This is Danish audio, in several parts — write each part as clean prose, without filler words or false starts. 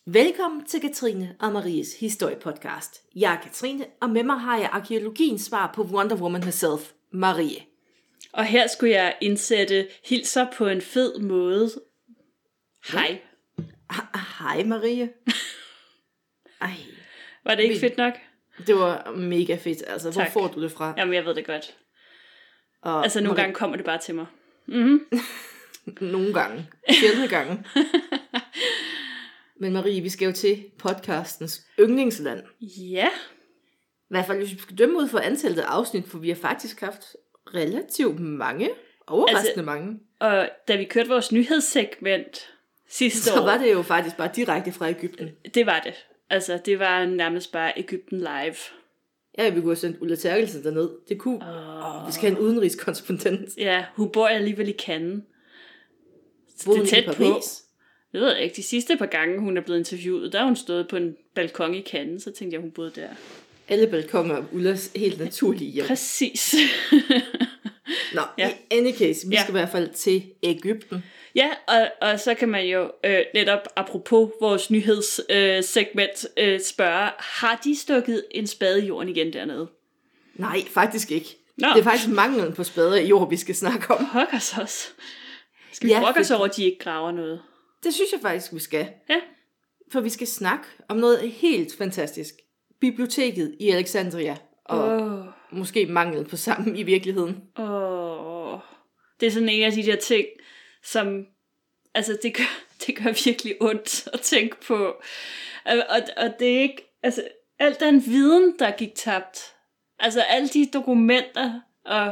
Velkommen til Katrine og Maries historiepodcast. Jeg er Katrine, og med mig har jeg arkæologiens svar på Wonder Woman herself, Marie. Og her skulle jeg indsætte hilser på en fed måde. Hej. Hej Marie. Ej. Var det ikke fedt nok? Det var mega fedt. Altså, hvor får du det fra? Jamen, jeg ved det godt. Og altså, nogle gange kommer det bare til mig. Mm-hmm. Nogle gange. Sjældne gange. Men Marie, vi skal jo til podcastens yndlingsland. Ja. I hvert fald, hvis vi skal dømme ud for antallet af afsnit, for vi har faktisk haft relativt mange. Overraskende mange. Og da vi kørte vores nyhedssegment sidste år, så var det jo faktisk bare direkte fra Egypten. Det var det. Altså, det var nærmest bare Egypten live. Ja, vi kunne have sendt Ulla Terkelsen derned. Det kunne. Vi skal have en udenrigskorrespondent. Ja, hun bor alligevel i Cannes. Det er tæt på. Det ved jeg ikke. De sidste par gange, hun er blevet interviewet, der har hun stået på en balkon i Cannes, så tænkte jeg, hun boede der. Alle balkoner er Ullas helt naturlige hjem. Præcis. Nå, ja. I any case, vi skal i hvert fald til Egypten. Ja, og så kan man jo netop apropos vores nyhedssegment spørge, har de stukket en spade i jorden igen dernede? Nej, faktisk ikke. Nå. Det er faktisk manglen på spader i jord, vi skal snakke om. Pokkers også. Skal vi brokke os over, at de ikke graver noget? Det synes jeg faktisk, vi skal. Ja. For vi skal snakke om noget helt fantastisk. Biblioteket i Alexandria. Og måske mangel på sammen i virkeligheden. Det er sådan en af de der ting, som... Altså, det gør virkelig ondt at tænke på. Og det er ikke... Altså, al den viden, der gik tabt. Altså, alle de dokumenter og...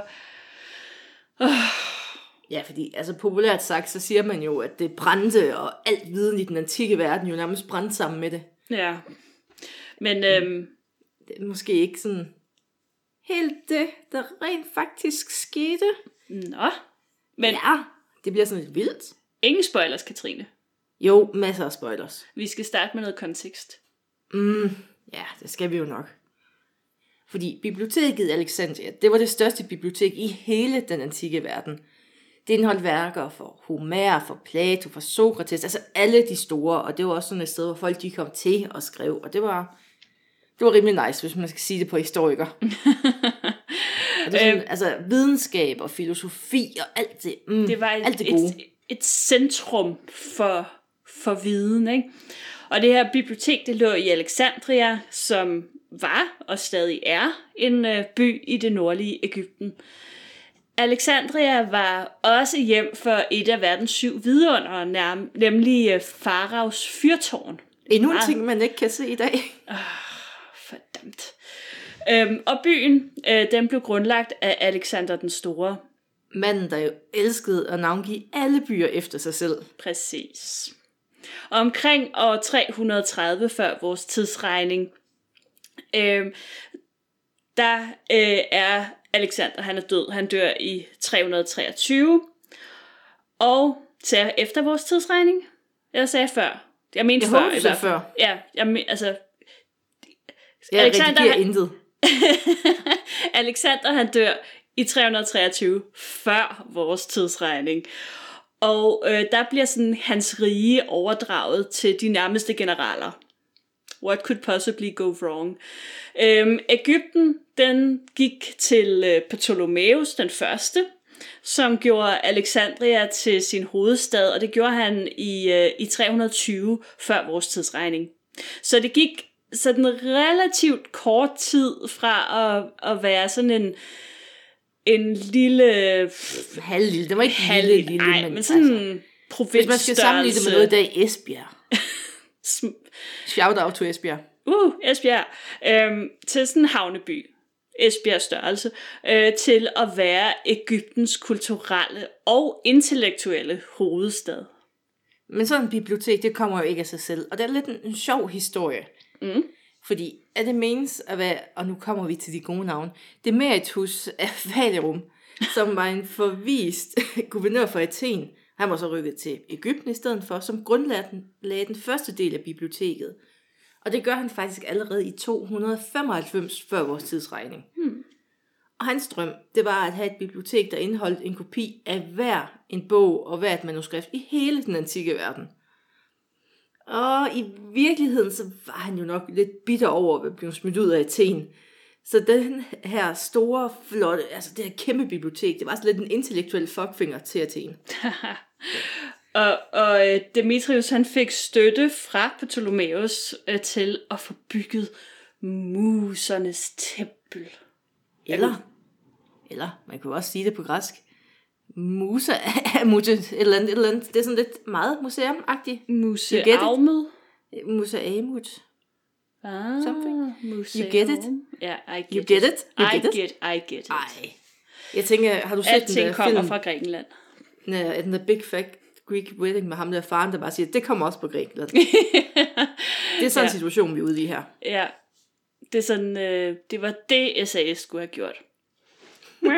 Ja, fordi altså populært sagt, så siger man jo, at det brændte, og alt viden i den antikke verden jo nærmest brændte sammen med det. Ja, men... det er måske ikke sådan helt det, der rent faktisk skete. Nå, men... Ja, det bliver sådan lidt vildt. Ingen spoilers, Katrine. Jo, masser af spoilers. Vi skal starte med noget kontekst. Ja, det skal vi jo nok. Fordi biblioteket i Alexandria, det var det største bibliotek i hele den antikke verden. Det indeholdt værker for Homer, for Plato, for Sokrates, altså alle de store, og det var også sådan et sted, hvor folk de kom til og skrev, og det var rimelig nice, hvis man skal sige det på historiker. Og det sådan, altså videnskab og filosofi og alt det. Det var alt det gode. Et centrum for viden, ikke? Og det her bibliotek, det lå i Alexandria, som var og stadig er en by i det nordlige Egypten. Alexandria var også hjem for et af verdens 7 vidundere, nemlig Faraos fyrtårn. Endnu en ting, man ikke kan se i dag. Fordammt. Og byen, den blev grundlagt af Alexander den Store. Manden, der jo elskede at navngive alle byer efter sig selv. Præcis. Og omkring år 330 før vores tidsregning, der er Alexander, han er død. Han dør i 323. Og sagde jeg efter vores tidsregning? Jeg sagde før. Jeg mente før i hvert fald. Ja, Alexander intet. Alexander, han dør i 323 før vores tidsregning. Og der bliver sådan hans rige overdraget til de nærmeste generaler. What could possibly go wrong? Egypten, den gik til Ptolemæus den første, som gjorde Alexandria til sin hovedstad, og det gjorde han i 320 før vores tidsregning. Så det gik sådan relativt kort tid fra at være sådan en lille... Halvlille, det var ikke lille, men sådan en provinsstørrelse. Hvis man skal sammenligne det med noget der i Esbjerg. Shout out to Esbjerg. Esbjerg. Til sådan en havneby. Esbjergs størrelse. Til at være Egyptens kulturelle og intellektuelle hovedstad. Men sådan en bibliotek, det kommer jo ikke af sig selv. Og det er lidt en sjov historie. Fordi er det menes at være, og nu kommer vi til de gode navne, Demeritus af Valerum, som var en forvist guvernør for Athen. Han var så rykket til Egypten i stedet for, som grundlagde den første del af biblioteket. Og det gør han faktisk allerede i 295 før vores tidsregning. Og hans drøm, det var at have et bibliotek, der indeholdt en kopi af hver en bog og hvert manuskript i hele den antikke verden. Og i virkeligheden, så var han jo nok lidt bitter over at blive smidt ud af Athen. Så den her store, flotte, altså det her kæmpe bibliotek, det var sådan lidt en intellektuel fuckfinger til Athen. og Demetrius, han fik støtte fra Ptolemæus til at få bygget musernes tempel. Eller man kunne også sige det på græsk. Musa et eller andet. Det er sådan lidt meget museumagtigt. Museaumet. Museamut. Something. Museum. You get it? Yeah, I get You it. get it? I get it. Ej. Jeg tænker, har du set Alting den der kommer film? fra Grækenland. Den der Big Fat Greek Wedding med ham der faren, der bare siger, det kommer også på Grækenland. Det er sådan en situation, vi er ude i her. Ja, det er sådan, det var det, SAS skulle have gjort. Nå.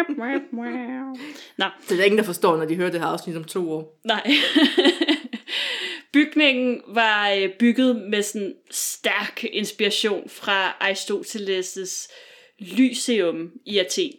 Det er der ingen, der forstår, når de hører det her afsnit om 2 år. Nej. Bygningen var bygget med sådan stærk inspiration fra Aristoteles' Lyceum i Athen.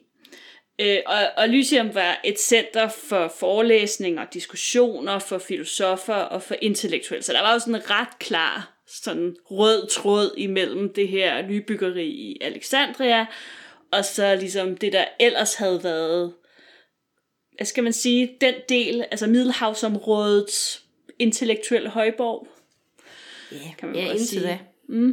Og Lyceum var et center for forelæsninger og diskussioner for filosofer og for intellektuelle. Så der var jo sådan en ret klar sådan rød tråd imellem det her nybyggeri i Alexandria, og så ligesom det, der ellers havde været, hvad skal man sige, den del, altså Middelhavsområdets intellektuelle højborg. Kan man godt sige. Det.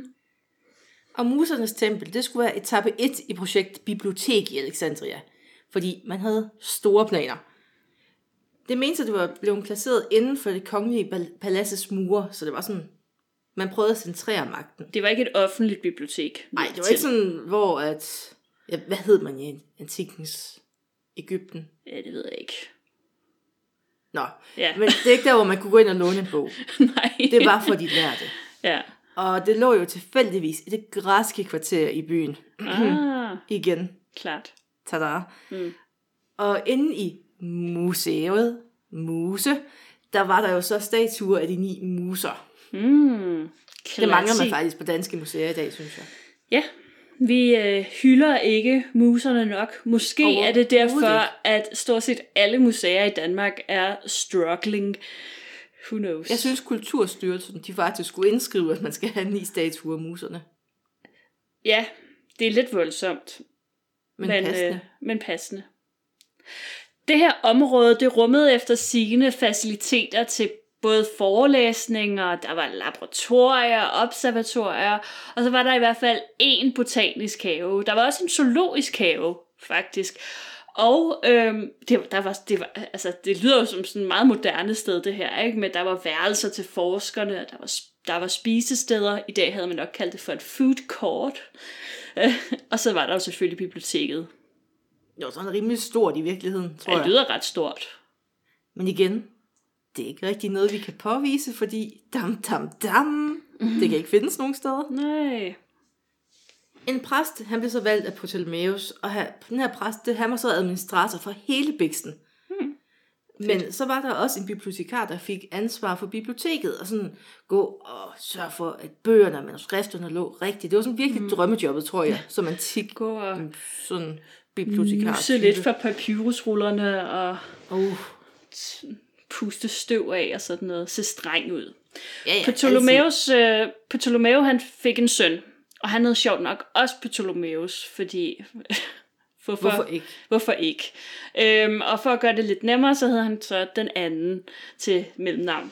Og musernes tempel, det skulle være etape 1 i projekt Bibliotek i Alexandria, fordi man havde store planer. Det mente, at det var blevet placeret inden for det kongelige paladsets mure, så det var sådan, man prøvede at centrere magten. Det var ikke et offentligt bibliotek. Nej, det var ikke sådan, hvor at, ja, hvad hed man i antikkens Egypten? Ja, det ved jeg ikke. Nå, ja. Men det er ikke der, hvor man kunne gå ind og låne en bog. Nej. Det var for de lærte. Ja. Og det lå jo tilfældigvis i det græske kvarter i byen. Igen. Klart. Tada. Og inde i museet, Muse, der var der jo så statuer af de 9 muser. Det mangler man faktisk på danske museer i dag, synes jeg. Ja, vi hylder ikke muserne nok. Måske er det derfor, at stort set alle museer i Danmark er struggling. Who knows? Jeg synes, Kulturstyrelsen, de faktisk skulle indskrive, at man skal have 9 statuer af muserne. Ja, det er lidt voldsomt. Men passende. Det her område, det rummede efter sigende faciliteter til både forelæsninger, der var laboratorier, observatorier, og så var der i hvert fald 1 botanisk have. Der var også en zoologisk have, faktisk. Og det lyder jo som sådan et meget moderne sted, det her, ikke? Men der var værelser til forskerne, der var spisesteder. I dag havde man nok kaldt det for et food court. Og så var der jo selvfølgelig biblioteket. Det var sådan rimelig stort i virkeligheden, tror jeg. Det lyder ret stort. Men igen, det er ikke rigtig noget, vi kan påvise, fordi det kan ikke findes nogen steder. Nej. En præst, han blev så valgt af Ptolemæus, og den her præst, han var så administrator for hele biksen. Men så var der også en bibliotekar, der fik ansvar for biblioteket, og sådan gå og sørge for, at bøgerne og manuskripterne lå rigtigt. Det var sådan virkelig drømmejobbet, tror jeg, som antik sådan bibliotekar. Nusse lidt for papyrusrullerne og puste støv af og sådan noget. Se streng ud. Ptolemæus, han fik en søn, og han hed sjovt nok også Ptolemæus, fordi... Hvorfor ikke? Og for at gøre det lidt nemmere, så havde han så den anden til mellemnavn.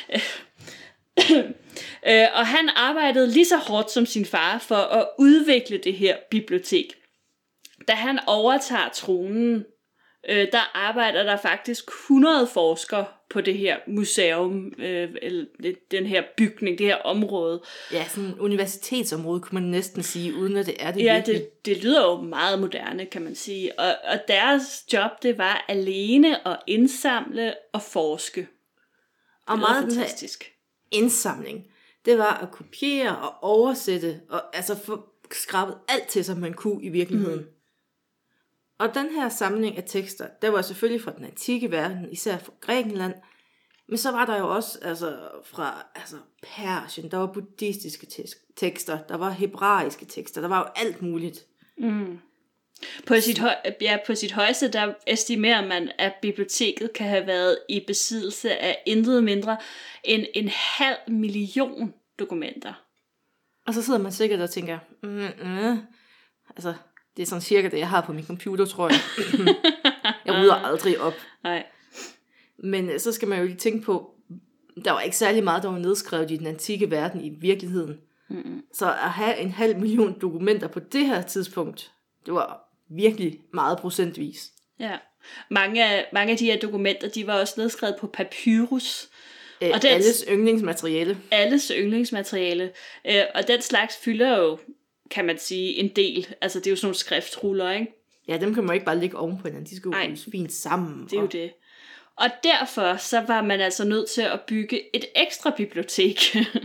Og han arbejdede lige så hårdt som sin far for at udvikle det her bibliotek. Da han overtager tronen, der arbejder der faktisk 100 forskere på det her museum, den her bygning, det her område. Ja, sådan et universitetsområde, kunne man næsten sige, uden at det er det virkelig. Ja, det lyder jo meget moderne, kan man sige. Og deres job, det var alene at indsamle og forske. Og meget fantastisk. Indsamling, det var at kopiere og oversætte, og altså få skrabet alt til, som man kunne i virkeligheden. Og den her samling af tekster, der var selvfølgelig fra den antikke verden, især fra Grækenland, men så var der jo også fra Persien, der var buddhistiske tekster, der var hebraiske tekster, der var jo alt muligt. På sit højeste, der estimerer man, at biblioteket kan have været i besiddelse af intet mindre end 500.000 dokumenter. Og så sidder man sikkert og tænker, altså, det er sådan cirka det, jeg har på min computer, tror jeg. Jeg rydder aldrig op. Nej. Men så skal man jo lige tænke på, der var ikke særlig meget, der var nedskrevet i den antikke verden i virkeligheden. Så at have 500.000 dokumenter på det her tidspunkt, det var virkelig meget procentvis. Ja. Mange af de her dokumenter, de var også nedskrevet på papyrus. Og alles yndlingsmateriale. Alles yndlingsmateriale. Og den slags fylder jo, kan man sige, en del. Altså det er jo sådan nogle skriftruller, ikke? Ja, dem kan man ikke bare lægge oven på hinanden. De skal jo fint sammen. Det er jo det. Og derfor så var man altså nødt til at bygge et ekstra bibliotek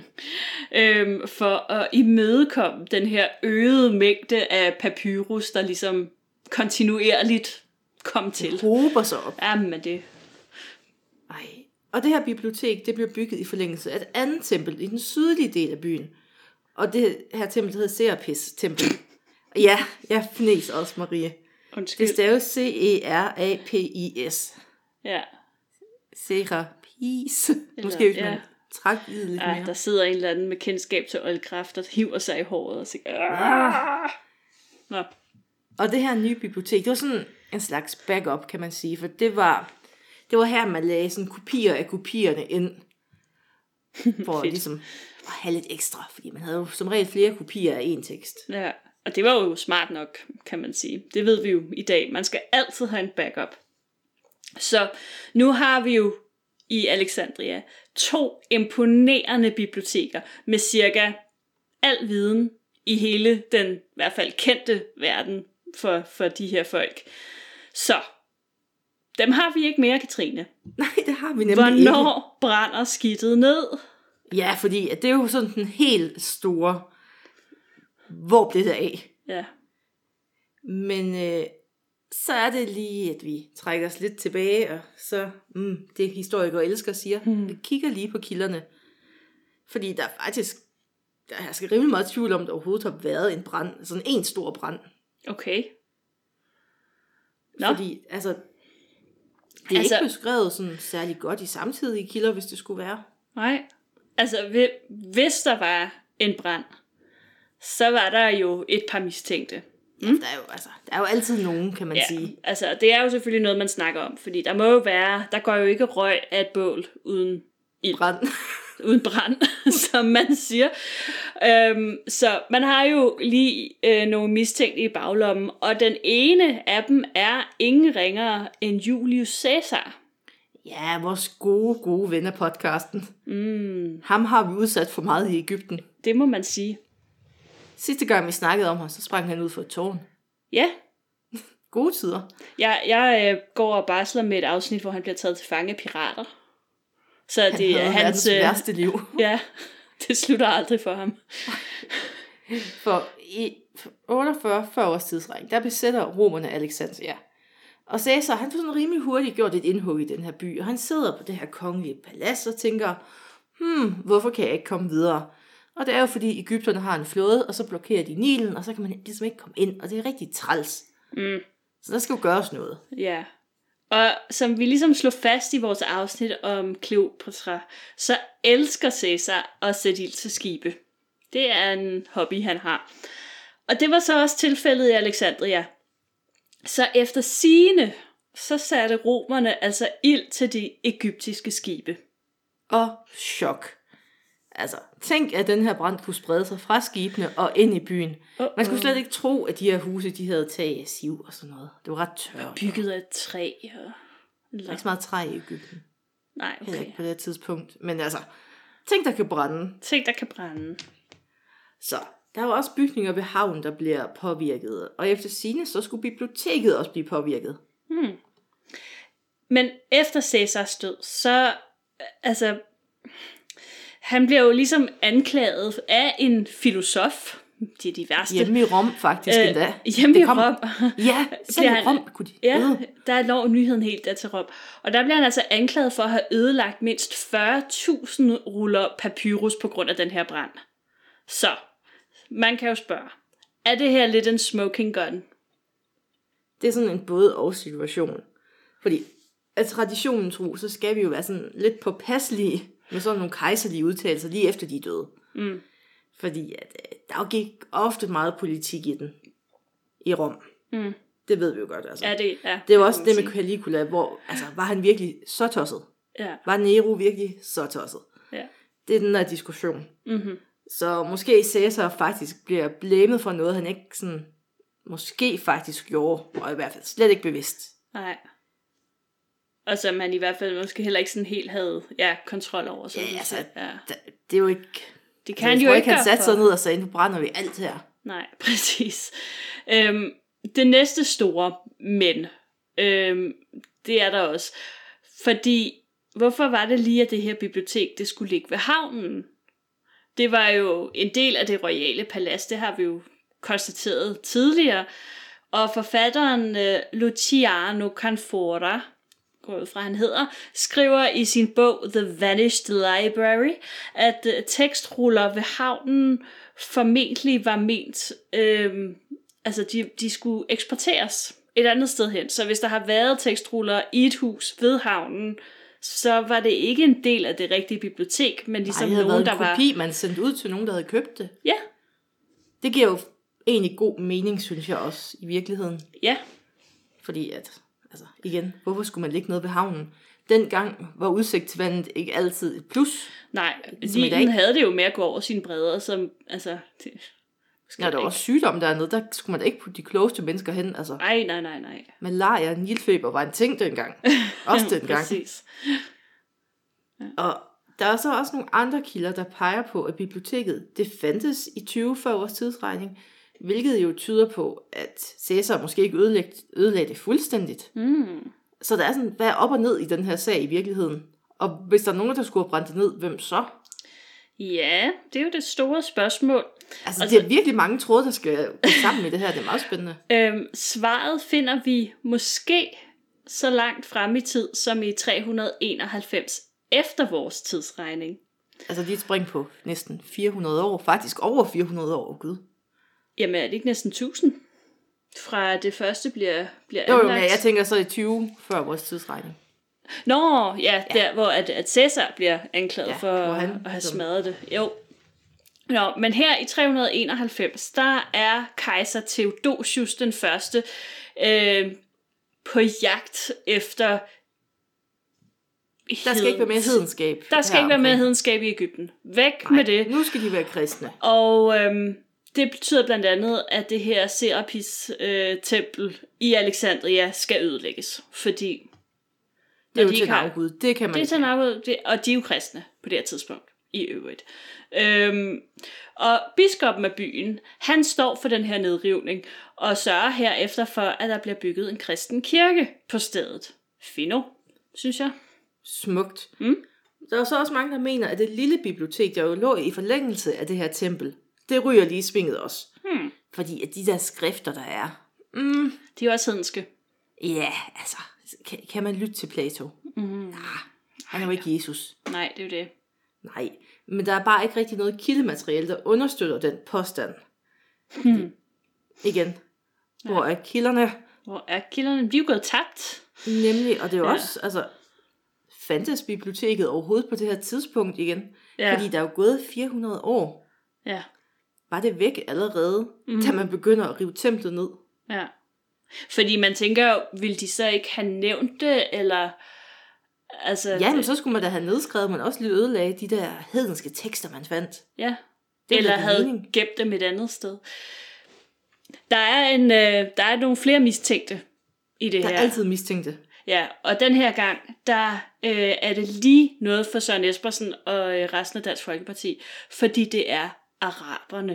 for at imødekomme den her øgede mængde af papyrus, der ligesom kontinuerligt kom til. Det hober sig op. Jamen det. Ej. Og det her bibliotek, det blev bygget i forlængelse af et andet tempel i den sydlige del af byen. Og det her tempel hedder Serapis tempel. Ja, jeg fnæs også, Marie. Undskyld. Det staves Cerapis. Ja. Serapis. Måske hvis man træk lidt mere. Der sidder en eller anden med kendskab til oldkraft, der hiver sig i håret og siger, Nå. Og det her nye bibliotek, det var sådan en slags backup, kan man sige. For det var her, man lagde sådan kopier af kopierne ind. For ligesom at have lidt ekstra. Fordi man havde jo som regel flere kopier af en tekst. Ja, og det var jo smart nok, kan man sige. Det ved vi jo i dag. Man skal altid have en backup. Så nu har vi jo i Alexandria 2 imponerende biblioteker med cirka al viden i hele den i hvert fald kendte verden for de her folk. Så dem har vi ikke mere, Katrine. Nej, det har vi nemlig ikke. Hvornår brænder skidtet ned? Ja, fordi det er jo sådan den helt store, hvor blev det af? Ja. Men så er det lige, at vi trækker os lidt tilbage, og så, det historikere elsker siger, vi kigger lige på kilderne. Fordi der er faktisk, der skal rimelig meget tvivl om, der overhovedet har været en brand, sådan en stor brand. Okay. Nå. Fordi, altså, det er ikke beskrevet sådan særlig godt i samtidige kilder, hvis det skulle være. Nej. Altså, hvis der var en brand, så var der jo et par mistænkte. Ja, der er jo altid nogen, kan man sige. Altså, det er jo selvfølgelig noget, man snakker om, fordi der må jo være, der går jo ikke røg af et bål uden ild. Brand. Uden brand, som man siger. Så man har jo lige nogle mistænkte i baglommen, og den ene af dem er ingen ringere end Julius Caesar. Ja, vores gode ven af podcasten. Ham har vi udsat for meget i Egypten. Det må man sige. Sidste gang vi snakkede om ham, så sprang han ud for et tårn. Ja. Gode tider. Jeg går og barsler med et afsnit, hvor han bliver taget til fange af pirater. Så han det er hans værste liv. Ja, det slutter aldrig for ham. For i 48 før års tidsregning, der besætter romerne Alexandria. Og Caesar, han får sådan rimelig hurtigt gjort et indhug i den her by, og han sidder på det her kongelige palads og tænker, hvorfor kan jeg ikke komme videre? Og det er jo fordi Egypterne har en flåde, og så blokerer de Nilen, og så kan man ligesom ikke komme ind, og det er rigtig træls. Så der skal jo gøres noget. Ja, og som vi ligesom slog fast i vores afsnit om Kleopatra, så elsker Caesar at sætte ild til skibe. Det er en hobby, han har. Og det var så også tilfældet i Alexandria. Så efter sigende, så satte romerne altså ild til de egyptiske skibe. Og chok. Altså, tænk, at den her brand kunne sprede sig fra skibene og ind i byen. Man skulle slet ikke tro, at de her huse, de havde tag af siv og sådan noget. Det var ret tørt. Bygget af træ. Der er ikke så meget træ i Egypten. Nej, okay. Heller ikke på det tidspunkt. Men altså, tænk, der kan brænde. Tænk, der kan brænde. Så, der var også bygninger ved havnen, der bliver påvirket. Og efter sigende, så skulle biblioteket også blive påvirket. Men efter Caesars død, så, altså, han bliver jo ligesom anklaget af en filosof. De er de værste. Hjemme i Rom faktisk endda. Hjemme i Rom. Ja, selv i Rom kunne de. Ja, der når nyheden helt der til Rom. Og der bliver han altså anklaget for at have ødelagt mindst 40.000 ruller papyrus på grund af den her brand. Så, man kan jo spørge, er det her lidt en smoking gun? Det er sådan en både og situation. Fordi af traditionen tro, så skal vi jo være sådan lidt påpasselige med sådan nogle kejserlige udtalelser lige efter de er døde. Fordi at, der gik ofte meget politik i den. I Rom. Det ved vi jo godt. Altså. Ja, det er jo også det med Caligula, hvor altså, var han virkelig så tosset? Ja. Var Nero virkelig så tosset? Ja. Det er den der diskussion. Så måske Caesar faktisk bliver blæmet for noget, han ikke sådan, måske faktisk gjorde, og i hvert fald slet ikke bevidst. Nej. Og som han i hvert fald måske heller ikke sådan helt havde kontrol over. Så altså, det er jo ikke... Det kan jo ikke han satte sig ned og sagde, nu brænder vi alt her. Nej, præcis. Det næste store men, det er der også. Fordi, hvorfor var det lige, at det her bibliotek, det skulle ligge ved havnen? Det var jo en del af det royale palads, det har vi jo konstateret tidligere. Og forfatteren Luciano Canfora, går ud fra han hedder, skriver i sin bog The Vanished Library, at tekstruller ved havnen formentlig var ment, altså de skulle eksporteres et andet sted hen. Så hvis der har været tekstruller i et hus ved havnen, så var det ikke en del af det rigtige bibliotek, men ligesom nogen, der var... det havde været en kopi, man sendte ud til nogen, der havde købt det. Ja. Det giver jo egentlig god mening, synes jeg også, i virkeligheden. Ja. Fordi at, altså igen, hvorfor skulle man ligge noget ved havnen? Dengang var udsigt til vandet ikke altid et plus. Nej, Nilen havde det jo med at gå over sine bredder, som, altså... Ja, der var også sygdom dernede, der skulle man da ikke putte de klogeste mennesker hen, altså. Nej. Malaria og nilfeber var en ting dengang. Også dengang. Præcis. Ja. Og der er så også nogle andre kilder, der peger på, at biblioteket, det fandtes i 20 før vores tidsregning, hvilket jo tyder på, at Caesar måske ikke ødelagde det fuldstændigt. Så der er sådan, hvad er op og ned i den her sag i virkeligheden? Og hvis der er nogen, der skulle have brændt det ned, hvem så? Ja, det er jo det store spørgsmål. Altså, det er virkelig mange tråde, der skal gå sammen i det her. Det er meget spændende. Svaret finder vi måske så langt frem i tid, som i 391 efter vores tidsregning. Altså, de er et spring på næsten 400 år. Faktisk over 400 år, Gud. Jamen, er det ikke næsten 1000? Fra det første bliver anlagt? Jo, men jeg tænker så i 20 før vores tidsregning. Nå, ja. Der hvor at Caesar bliver anklaget for at have smadret det. Jo. Nå, men her i 391, der er kejser Theodosius den første på jagt efter der skal ikke være mere hedenskab. Der skal ikke være mere hedenskab i Egypten. Væk med det. Nu skal de være kristne. Og det betyder blandt andet, at det her Serapis tempel i Alexandria skal ødelægges. Fordi det er jo til en afgud. Det kan man ikke. Det er til en afgud, og de er jo kristne på det her tidspunkt i øvrigt. Og biskoppen af byen, han står for den her nedrivning og sørger herefter for, at der bliver bygget en kristen kirke på stedet. Fino, synes jeg. Smukt. Der er så også mange, der mener, at det lille bibliotek, der jo lå i forlængelse af det her tempel, det ryger lige i svinget også. Fordi at de der skrifter, der er... de er også hedenske. Ja, altså, kan man lytte til Plato? Han er jo ikke Jesus. Nej, det er jo det. Nej, men der er bare ikke rigtig noget kildemateriale, der understøtter den påstand. Igen. Hvor er kilderne? Hvor er kilderne? De er jo gået tabt. Nemlig, og det er jo også, altså, fandtes biblioteket overhovedet på det her tidspunkt igen? Ja. Fordi der er jo gået 400 år. Ja. Var det væk allerede, da man begynder at rive templet ned? Ja. Fordi man tænker, ville de så ikke have nævnt det, eller... Altså, ja, men så skulle man da have nedskrevet, men også lige ødelagde de der hedenske tekster, man fandt. Ja, eller havde gemt dem et andet sted. Der er nogle flere mistænkte i det her. Der er altid mistænkte. Ja, og den her gang, der er det lige noget for Søren Espersen og resten af Dansk Folkeparti, fordi det er araberne.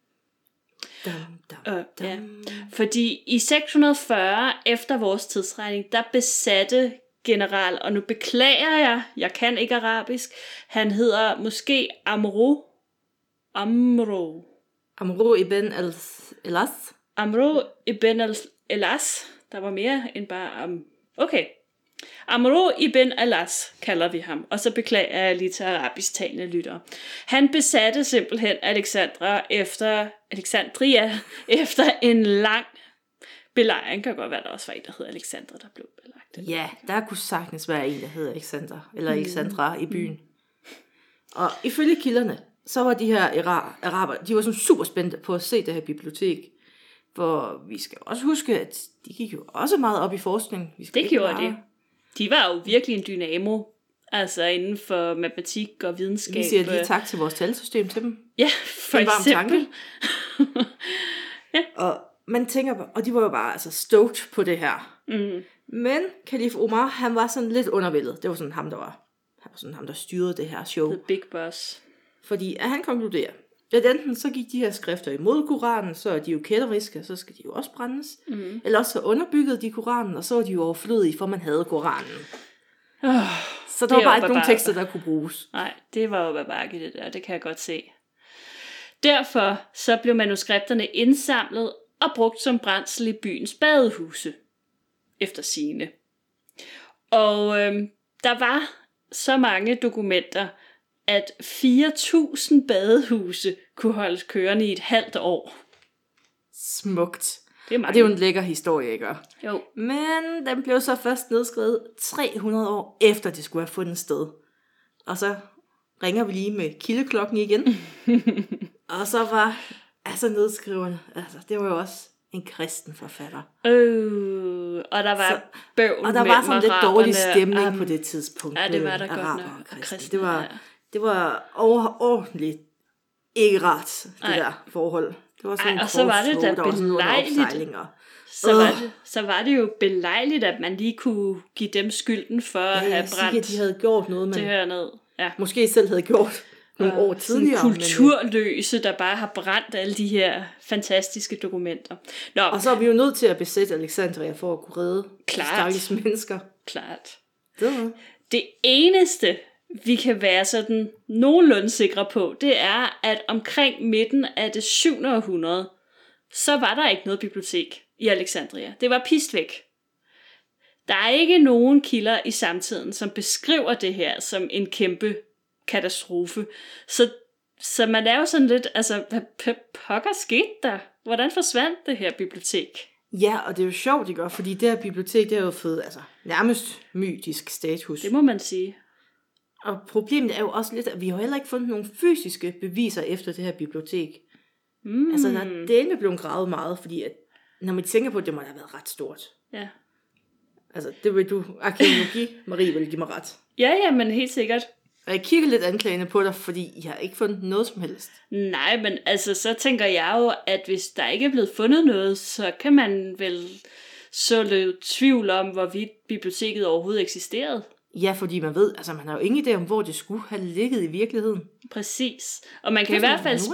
Ja. Fordi i 640 efter vores tidsregning, der besatte general, og nu beklager jeg kan ikke arabisk, han hedder måske Amro ibn al-Elas. Amro ibn al-Elas. Der var mere end bare okay. Amro ibn al-Elas kalder vi ham, og så beklager jeg lige til arabisk talende lyttere. Han besatte simpelthen Alexandria efter en lang belejring. Kan godt være, der også var en, der hedder Alexandra, der blev belagt. Ja, der kunne sagtens være en, der hedder Alexander, eller Alexandra i byen. Og ifølge kilderne, så var de her araber, de var sådan super spændte på at se det her bibliotek. For vi skal også huske, at de gik jo også meget op i forskning. Det gjorde de. De var jo virkelig en dynamo, altså inden for matematik og videnskab. Vi siger lige tak til vores talsystem til dem. Ja, for eksempel. Ja. Og man tænker, og de var jo bare altså stoked på det her. Men kalif Omar, han var sådan lidt undervældet. Det var sådan ham, der styrede det her show. The big boss. Fordi at han konkluderer, at enten så gik de her skrifter imod Koranen, så er de jo kætteriske, så skal de jo også brændes. Eller også så underbyggede de Koranen, og så var de jo overflødige, for man havde Koranen. Så der var bare ikke nogen tekster, der kunne bruges. Nej, det var jo babakke det der, det kan jeg godt se. Derfor så blev manuskripterne indsamlet og brugt som brændsel i byens badehuse, efter sigende. Og der var så mange dokumenter, at 4.000 badehuse kunne holdes kørende i et halvt år. Smukt. Det er mange. Og det er jo en lækker historie, ikke? Jo. Men den blev så først nedskrevet 300 år efter det skulle have fundet sted. Og så ringer vi lige med kildeklokken igen. Og så var nedskriverne, det var jo også en kristen forfatter. Og der var bøvl. Og der var sådan lidt dårlig stemning på det tidspunkt. Ja, det var der godt nok. Kristne, det var overordentligt ikke rart, det der forhold. Det var sådan og så var det da belejligt. Så var det jo belejligt, at man lige kunne give dem skylden for at have brændt. De havde gjort noget, man herned. Ja. Måske selv havde gjort nogle år tidligere. Kulturløse, der bare har brændt alle de her fantastiske dokumenter. Nå. Og så er vi jo nødt til at besætte Alexandria for at kunne redde de stakkels mennesker. Klart. Det eneste, vi kan være sådan nogenlunde sikre på, det er, at omkring midten af det 7. århundrede, så var der ikke noget bibliotek i Alexandria. Det var pist væk. Der er ikke nogen kilder i samtiden, som beskriver det her som en kæmpe katastrofe. Så man er jo sådan lidt, hvad pokker skete der? Hvordan forsvandt det her bibliotek? Ja, og det er jo sjovt, ikke? Fordi det her bibliotek, det har jo fået nærmest mytisk status. Det må man sige. Og problemet er jo også lidt, at vi har heller ikke fundet nogle fysiske beviser efter det her bibliotek. Der er delene blevet gravet meget, fordi at, når man tænker på det, må det have været ret stort. Ja. Det vil du, arkæologi, Marie vil give mig ret. Ja, men helt sikkert. Og jeg kigger lidt anklagende på dig, fordi I har ikke fundet noget som helst. Nej, men så tænker jeg jo, at hvis der ikke er blevet fundet noget, så kan man vel så lidt tvivl om, hvorvidt biblioteket overhovedet eksisterede. Ja, fordi man ved, man har jo ingen idé om, hvor det skulle have ligget i virkeligheden. Præcis. Og man kan i hvert fald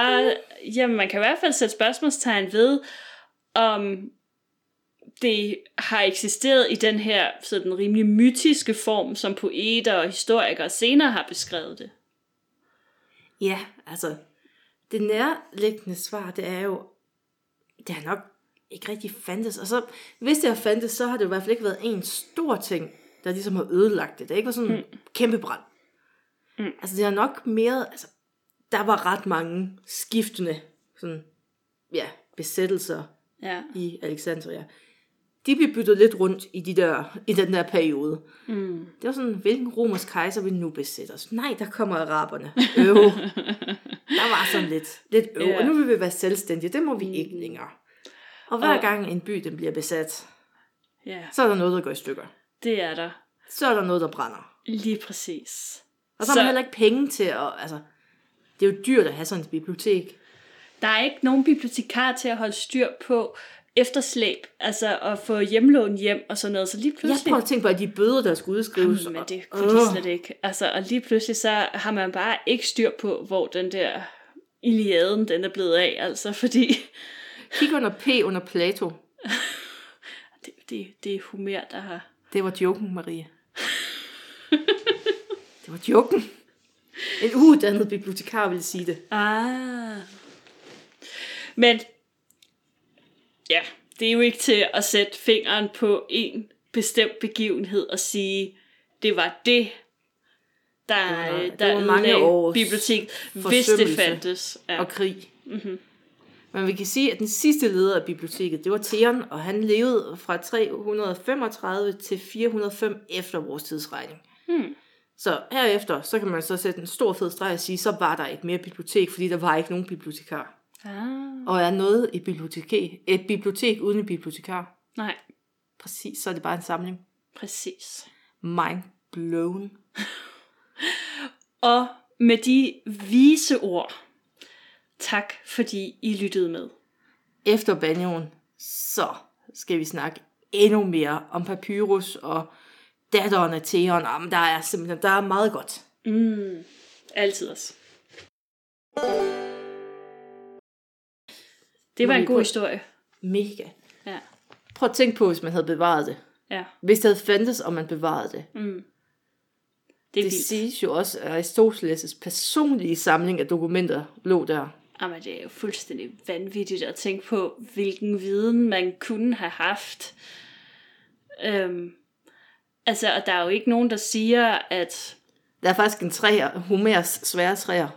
man kan i hvert fald sætte spørgsmålstegn ved, om det har eksisteret i den her sådan rimelig mytiske form, som poeter og historikere senere har beskrevet det. Ja, det nærliggende svar, det er jo, det har nok ikke rigtig fandtes. Og så, hvis det har fandtes, så har det jo i hvert fald ikke været en stor ting, der ligesom har ødelagt det. Det ikke var sådan en kæmpe brand. Det har nok mere, der var ret mange skiftende sådan, besættelser i Alexandria. De blev byttet lidt rundt i den der periode. Det var sådan, hvilken romersk kejser vil nu besætte os? Nej, der kommer araberne. Der var sådan lidt og nu vil vi være selvstændige. Det må vi ikke længere. Og hver gang en by den bliver besat, så er der noget, der går i stykker. Det er der. Så er der noget, der brænder. Lige præcis. Og så har man heller ikke penge til at, det er jo dyrt at have sådan et bibliotek. Der er ikke nogen bibliotekar til at holde styr på efterslæb, at få hjemlån hjem og sådan noget, så lige pludselig... Jeg prøver at tænke på, at de bøder, der skulle udskrives... Men det kunne de slet ikke. Og lige pludselig så har man bare ikke styr på, hvor den der Iliaden, den er blevet af, fordi... Kig under P under Plato. Det er Homer, der har... Det var joken, Marie. Det var joken. En uuddannet bibliotekar ville sige det. Men ja, det er jo ikke til at sætte fingeren på en bestemt begivenhed og sige, det var det, der mange års bibliotek, hvis det fandtes. Og krig. Men vi kan sige, at den sidste leder af biblioteket, det var Theon, og han levede fra 335 til 405 efter vores tidsregning. Så herefter, så kan man så sætte en stor fed streg og sige, så var der ikke mere bibliotek, fordi der var ikke nogen bibliotekar. Og er noget et bibliotek uden en bibliotekar? Nej. Præcis, så er det bare en samling. Præcis. Mind blown. Og med de vise ord, tak fordi I lyttede med. Efter banjoen, så skal vi snakke endnu mere om Papyrus og datteren af Theon. Jamen, der er meget godt. Altid også. Det var en god historie. Mega. Ja. Prøv at tænke på, hvis man havde bevaret det. Ja. Hvis det havde fandtes, og man bevarede det. Det siges jo også, at Aristoteles' personlige samling af dokumenter lå der. Jamen, det er jo fuldstændig vanvittigt at tænke på, hvilken viden man kunne have haft. Og der er jo ikke nogen, der siger, at... Der er faktisk en træer, Homers svære træer.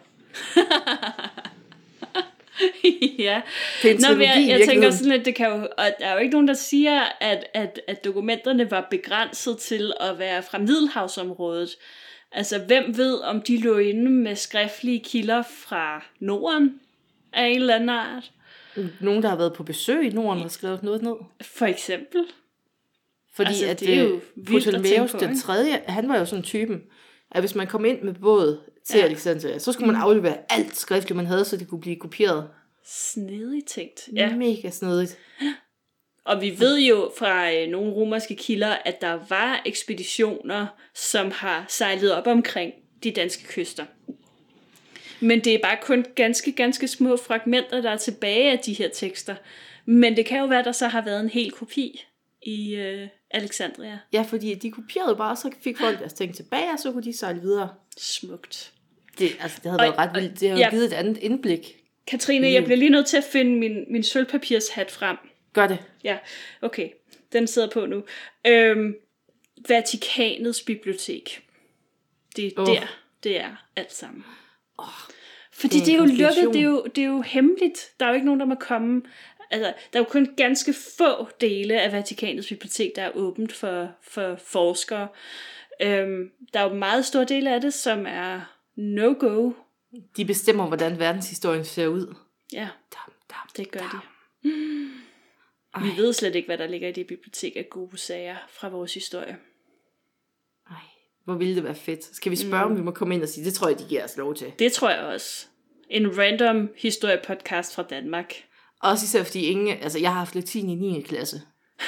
Ja. Men jeg tænker sådan, at det kan jo... Og der er jo ikke nogen, der siger, at dokumenterne var begrænset til at være fra Middelhavsområdet. Altså, hvem ved, om de lå inde med skriftlige kilder fra Norden af en eller anden art? Nogen, der har været på besøg i Norden og skrevet noget ned. For eksempel. Fordi altså, at det er jo Ptolemæus den tredje, han var jo sådan typen, at hvis man kom ind med båd til Alexandria, så skulle man aflevere alt skriftligt, man havde, så det kunne blive kopieret. Snedigt tænkt. Ja. Mega snedigt. Og vi ved jo fra nogle romerske kilder, at der var ekspeditioner, som har sejlet op omkring de danske kyster. Men det er bare kun ganske, ganske små fragmenter, der er tilbage af de her tekster. Men det kan jo være, at der så har været en hel kopi i Alexandria. Ja, fordi de kopierede bare, så fik folk deres ting tilbage, og så kunne de sejle videre. Smukt. Det havde været ret vildt. Det har jo givet et andet indblik. Katrine, jeg bliver lige nødt til at finde min sølvpapirshat frem. Gør det. Ja, okay. Den sidder på nu. Vatikanets bibliotek. Det er der, det er alt sammen. Fordi det er jo lukket, det er jo hemmeligt. Der er jo ikke nogen, der må komme. Altså, der er jo kun ganske få dele af Vatikanets bibliotek, der er åbent for forskere. Der er jo meget store dele af det, som er no-go. De bestemmer, hvordan verdenshistorien ser ud. Ja, det gør de. Vi ved slet ikke, hvad der ligger i det bibliotek af gode sager fra vores historie. Ej, hvor ville det være fedt. Skal vi spørge, om vi må komme ind og sige, det tror jeg, de giver os lov til. Det tror jeg også. En random historiepodcast fra Danmark. Også især fordi jeg har haft latin i 9. klasse.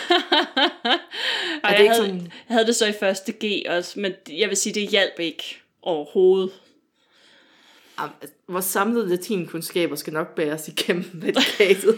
Jeg havde det så i 1. G også, men jeg vil sige, det hjalp ikke overhovedet. Vores samlede latinkundskaber skal nok bæres igennem Vatikanet.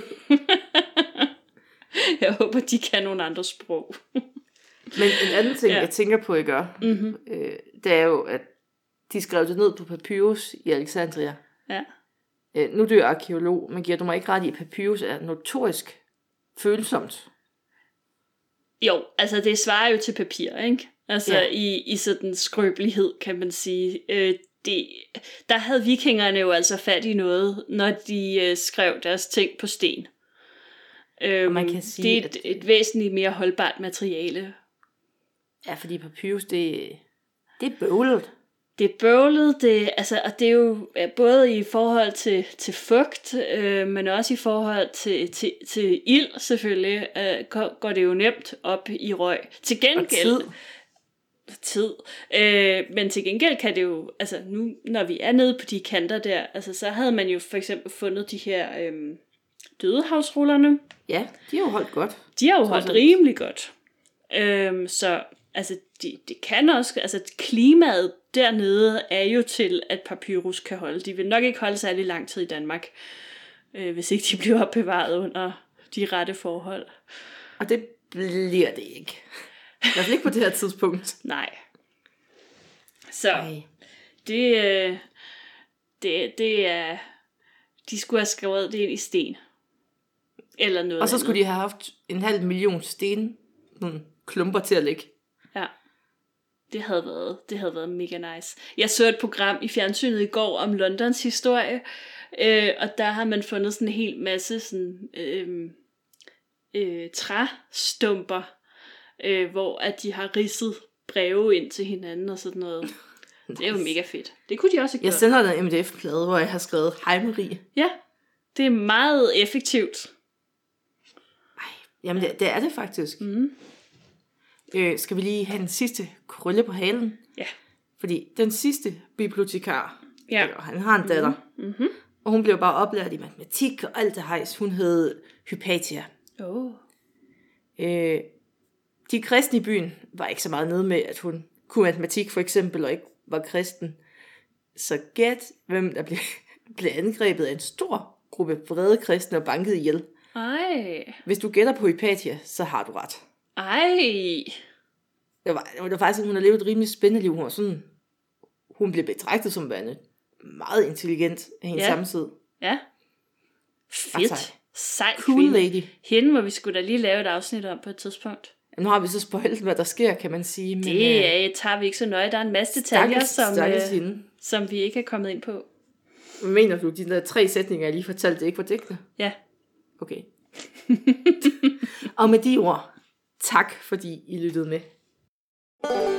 Jeg håber, de kan nogle andre sprog. Men en anden ting, jeg tænker på, jeg gør, det er jo, at de skrev det ned på Papyrus i Alexandria. Ja. Nu er det jo arkeolog, men giver du mig ikke ret i, at Papyrus er notorisk følsomt? Jo, altså det svarer jo til papir, ikke? Altså i sådan skrøbelighed, kan man sige. Der havde vikingerne jo altså fat i noget, når de skrev deres ting på sten. Man kan sige, det er et væsentligt mere holdbart materiale. Ja, fordi papyrus, det er bøvlet. Det er bøvlet, og det er jo både i forhold til fugt, men også i forhold til ild selvfølgelig, går det jo nemt op i røg. Til gengæld... tid. Men til gengæld kan det jo, altså nu når vi er nede på de kanter der, altså så havde man jo for eksempel fundet de her dødehavsrullerne. Ja, de har jo holdt godt. De har jo holdt rimelig godt. Så altså det kan også, altså klimaet dernede er jo til, at papyrus kan holde. De vil nok ikke holde særlig lang tid i Danmark, hvis ikke de bliver opbevaret under de rette forhold. Og det bliver det ikke. I hvert fald ikke på det her tidspunkt. Nej. Så det er... De skulle have skrevet det ind i sten. Eller noget og så skulle andet. De have haft 500.000 sten, nogle klumper til at lægge. Ja. Det havde været mega nice. Jeg så et program i fjernsynet i går om Londons historie. Og der har man fundet sådan en hel masse sådan, træstumper, hvor at de har ridset breve ind til hinanden og sådan noget. Nice. Det er jo mega fedt. Det kunne de også have gjort. Jeg sender dig en MDF-plade, hvor jeg har skrevet, hej Marie. Ja, det er meget effektivt. Jamen, det er det faktisk. Skal vi lige have den sidste krølle på halen? Ja. Fordi den sidste bibliotekar, han har en datter, Mm-hmm. og hun blev bare oplært i matematik og alt det hejs. Hun hed Hypatia. De kristne i byen var ikke så meget nede med, at hun kunne matematik for eksempel, og ikke var kristen. Så gæt, hvem der blev angrebet af en stor gruppe vrede kristne og banket ihjel. Ej. Hvis du gætter på Hypatia, så har du ret. Ej. Det var faktisk, at hun har levet et rimelig spændende liv. Hun blev betragtet som værende meget intelligent af hendes samtid. Ja. Fedt. Sej cool kvinde. lady. Hende må vi sgu da lige lave et afsnit om på et tidspunkt. Nu har vi så spoilet, hvad der sker, kan man sige. Men, det tager vi ikke så nøje. Der er en masse detaljer, som vi ikke er kommet ind på. Mener du, de der 3 sætninger, jeg lige fortalte, det ikke var digte? Ja. Okay. Og med de ord, tak fordi I lyttede med.